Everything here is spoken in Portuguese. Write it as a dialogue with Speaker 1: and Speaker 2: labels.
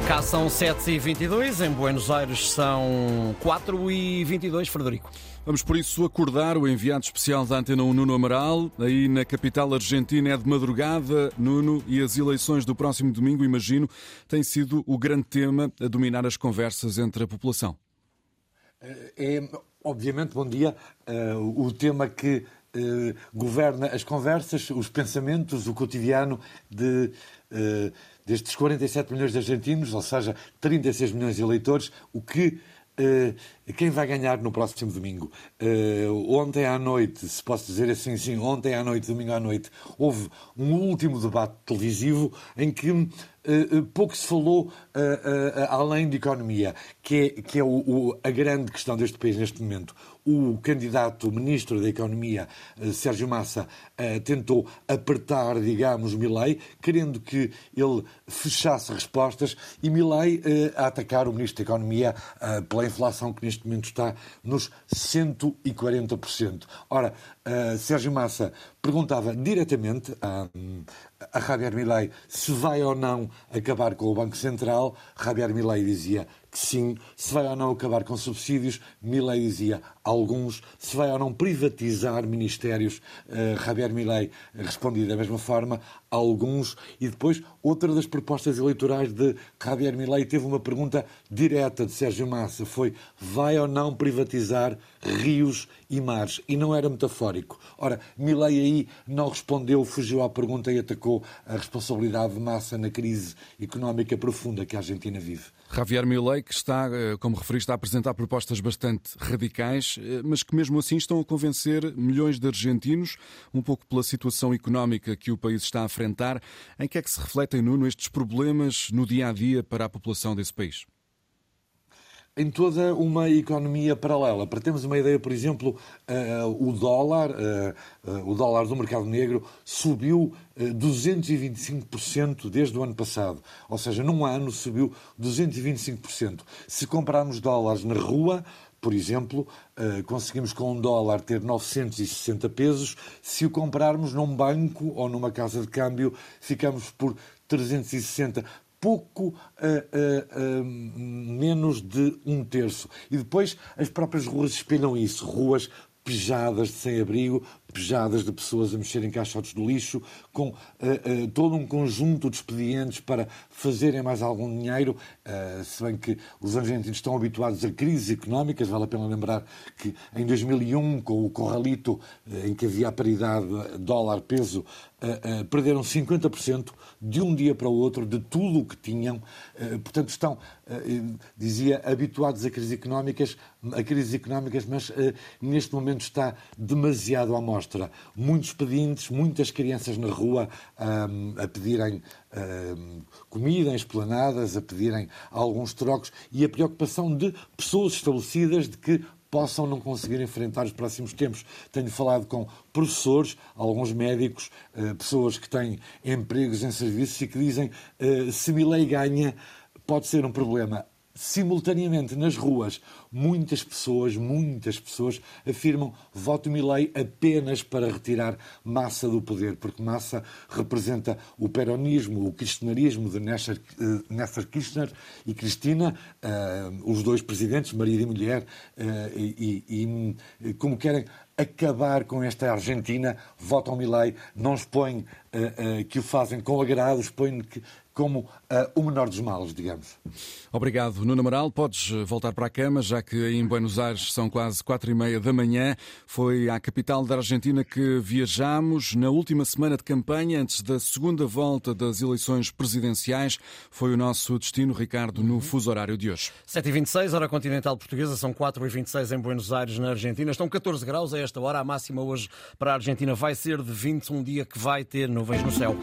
Speaker 1: Cá são 7h22, em Buenos Aires são 4h22, Frederico.
Speaker 2: Vamos por isso acordar o enviado especial da Antena 1, Nuno Amaral. Aí na capital argentina é de madrugada, Nuno, e as eleições do próximo domingo, imagino, têm sido o grande tema a dominar as conversas entre a população.
Speaker 3: Obviamente, bom dia, o tema que governa as conversas, os pensamentos, o cotidiano destes 47 milhões de argentinos, ou seja, 36 milhões de eleitores, quem vai ganhar no próximo domingo? Ontem à noite, se posso dizer assim, sim, ontem à noite, domingo à noite, houve um último debate televisivo em que pouco se falou além de economia, que é a grande questão deste país neste momento. O candidato ministro da Economia, Sérgio Massa, tentou apertar, digamos, Milei, querendo que ele fechasse respostas, e Milei a atacar o ministro da Economia pela inflação que neste momento está nos 140%. Ora, Sérgio Massa perguntava diretamente a Javier Milei se vai ou não acabar com o Banco Central. Javier Milei dizia que sim. Se vai ou não acabar com subsídios, Milei dizia alguns. Se vai ou não privatizar ministérios, Javier Milei respondia da mesma forma, alguns. E depois, outra das propostas eleitorais de Javier Milei teve uma pergunta direta de Sérgio Massa, foi: vai ou não privatizar rios e mares? E não era metafórico. Ora, Milei aí não respondeu, fugiu à pergunta e atacou a responsabilidade de Massa na crise económica profunda que a Argentina vive.
Speaker 2: Javier Milei, que está, como referiste, a apresentar propostas bastante radicais, mas que mesmo assim estão a convencer milhões de argentinos, um pouco pela situação económica que o país está a enfrentar. Em que é que se refletem, Nuno, estes problemas no dia-a-dia para a população desse país?
Speaker 3: Em toda uma economia paralela. Para termos uma ideia, por exemplo, o dólar do mercado negro subiu 225% desde o ano passado. Ou seja, num ano subiu 225%. Se comprarmos dólares na rua, por exemplo, conseguimos com um dólar ter 960 pesos. Se o comprarmos num banco ou numa casa de câmbio, ficamos por 360. Pouco menos de um terço. E depois as próprias ruas espelham isso. Ruas pejadas de sem-abrigo, pejadas de pessoas a mexer em caixotes do lixo, com todo um conjunto de expedientes para fazerem mais algum dinheiro, se bem que os argentinos estão habituados a crises económicas. Vale a pena lembrar que em 2001, com o Corralito, em que havia a paridade dólar-peso, perderam 50% de um dia para o outro de tudo o que tinham. Portanto, estão, dizia, habituados a crises económicas, mas neste momento está demasiado à mostra. Muitos pedintes, muitas crianças na rua a pedirem comida em esplanadas, a pedirem alguns trocos, e a preocupação de pessoas estabelecidas de que possam não conseguir enfrentar os próximos tempos. Tenho falado com professores, alguns médicos, pessoas que têm empregos em serviços e que dizem se Milei ganha pode ser um problema. Simultaneamente, nas ruas, muitas pessoas afirmam voto Milei apenas para retirar Massa do poder, porque Massa representa o peronismo, o kirchnerismo de Néstor Kirchner e Cristina, os dois presidentes, marido e mulher, e como querem acabar com esta Argentina, votam Milei, não expõem que o fazem com agrado, expõem como o menor dos males, digamos.
Speaker 2: Obrigado, Nuno Amaral. Podes voltar para a cama, já que em Buenos Aires são quase 4h30 da manhã. Foi à capital da Argentina que viajámos na última semana de campanha, antes da segunda volta das eleições presidenciais. Foi o nosso destino, Ricardo, no fuso horário de hoje.
Speaker 1: 7h26, hora continental portuguesa, são 4h26 em Buenos Aires, na Argentina. Estão 14 graus a esta hora. A máxima hoje para a Argentina vai ser de 20, um dia que vai ter nuvens no céu.